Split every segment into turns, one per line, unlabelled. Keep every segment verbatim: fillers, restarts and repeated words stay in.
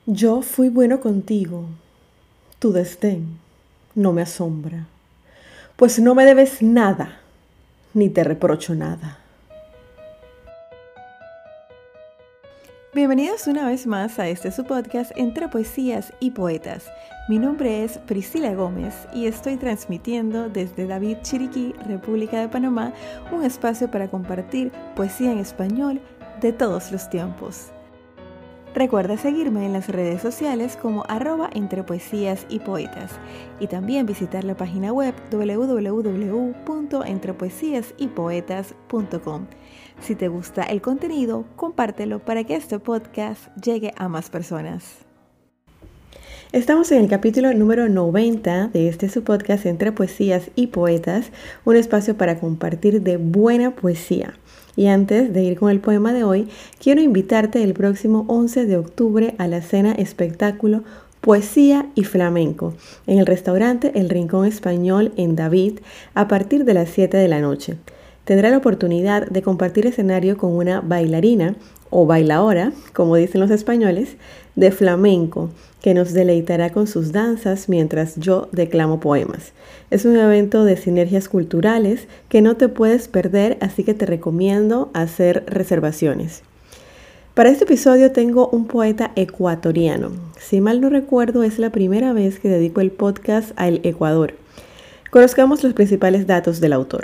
Yo fui bueno contigo, tu desdén no me asombra, pues no me debes nada, ni te reprocho nada. Bienvenidos una vez más a este su podcast Entre Poesías y Poetas. Mi nombre es Priscila Gómez y estoy transmitiendo desde David Chiriquí, República de Panamá, un espacio para compartir poesía en español de todos los tiempos. Recuerda seguirme en las redes sociales como arroba entre poesías y poetas y también visitar la página web doble u doble u doble u punto entre poesías y poetas punto com. Si te gusta el contenido, compártelo para que este podcast llegue a más personas. Estamos en el capítulo número noventa de este su podcast Entre Poesías y Poetas, un espacio para compartir de buena poesía. Y antes de ir con el poema de hoy, quiero invitarte el próximo once de octubre a la cena espectáculo Poesía y Flamenco en el restaurante El Rincón Español en David a partir de las siete de la noche. Tendrá la oportunidad de compartir escenario con una bailarina o bailaora, como dicen los españoles, de flamenco, que nos deleitará con sus danzas mientras yo declamo poemas. Es un evento de sinergias culturales que no te puedes perder, así que te recomiendo hacer reservaciones. Para este episodio tengo un poeta ecuatoriano. Si mal no recuerdo, es la primera vez que dedico el podcast al Ecuador. Conozcamos los principales datos del autor.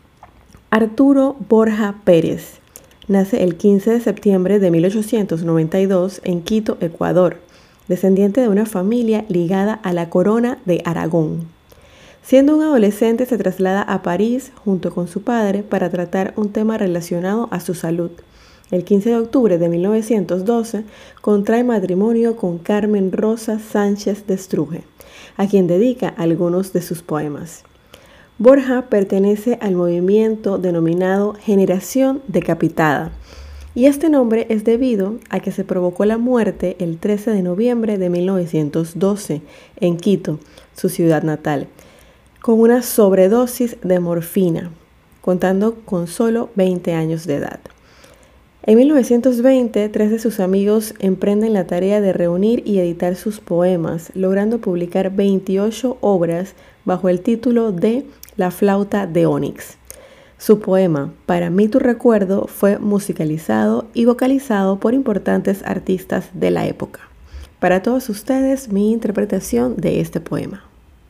Arturo Borja Pérez nace el quince de septiembre de mil ochocientos noventa y dos en Quito, Ecuador, descendiente de una familia ligada a la corona de Aragón. Siendo un adolescente se traslada a París junto con su padre para tratar un tema relacionado a su salud. El quince de octubre de mil novecientos doce contrae matrimonio con Carmen Rosa Sánchez de Estruje, a quien dedica algunos de sus poemas. Borja pertenece al movimiento denominado Generación Decapitada, y este nombre es debido a que se provocó la muerte el trece de noviembre de mil novecientos doce en Quito, su ciudad natal, con una sobredosis de morfina, contando con solo veinte años de edad. En mil novecientos veinte, tres de sus amigos emprenden la tarea de reunir y editar sus poemas, logrando publicar veintiocho obras bajo el título de La flauta de Onix. Su poema, Para mí tu recuerdo, fue musicalizado y vocalizado por importantes artistas de la época. Para todos ustedes, mi interpretación de este poema.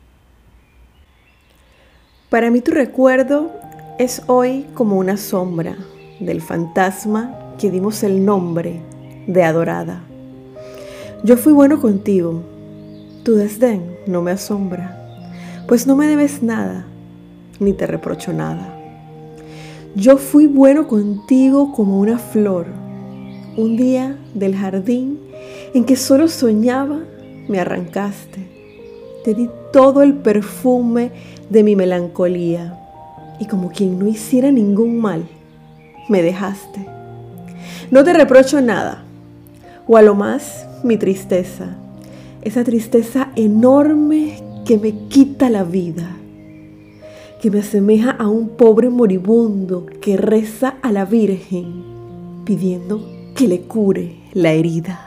Para mí tu recuerdo es hoy como una sombra del fantasma que dimos el nombre de adorada. Yo fui bueno contigo, tu desdén no me asombra, pues no me debes nada, ni te reprocho nada. Yo fui bueno contigo como una flor, un día del jardín en que solo soñaba, me arrancaste. Te di todo el perfume de mi melancolía y como quien no hiciera ningún mal, me dejaste. No te reprocho nada, o a lo más mi tristeza, esa tristeza enorme que me quita la vida, que me asemeja a un pobre moribundo que reza a la Virgen pidiendo que le cure la herida.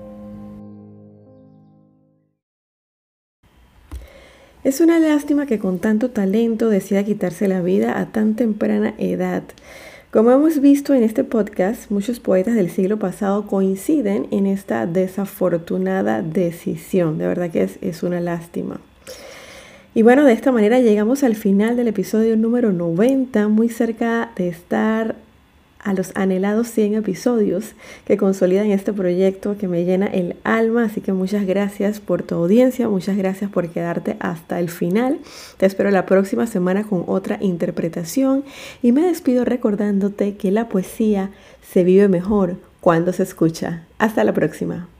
Es una lástima que con tanto talento decida quitarse la vida a tan temprana edad. Como hemos visto en este podcast, muchos poetas del siglo pasado coinciden en esta desafortunada decisión. De verdad que es, es una lástima. Y bueno, de esta manera llegamos al final del episodio número noventa, muy cerca de estar a los anhelados cien episodios que consolidan este proyecto que me llena el alma. Así que muchas gracias por tu audiencia, muchas gracias por quedarte hasta el final. Te espero la próxima semana con otra interpretación y me despido recordándote que la poesía se vive mejor cuando se escucha. Hasta la próxima.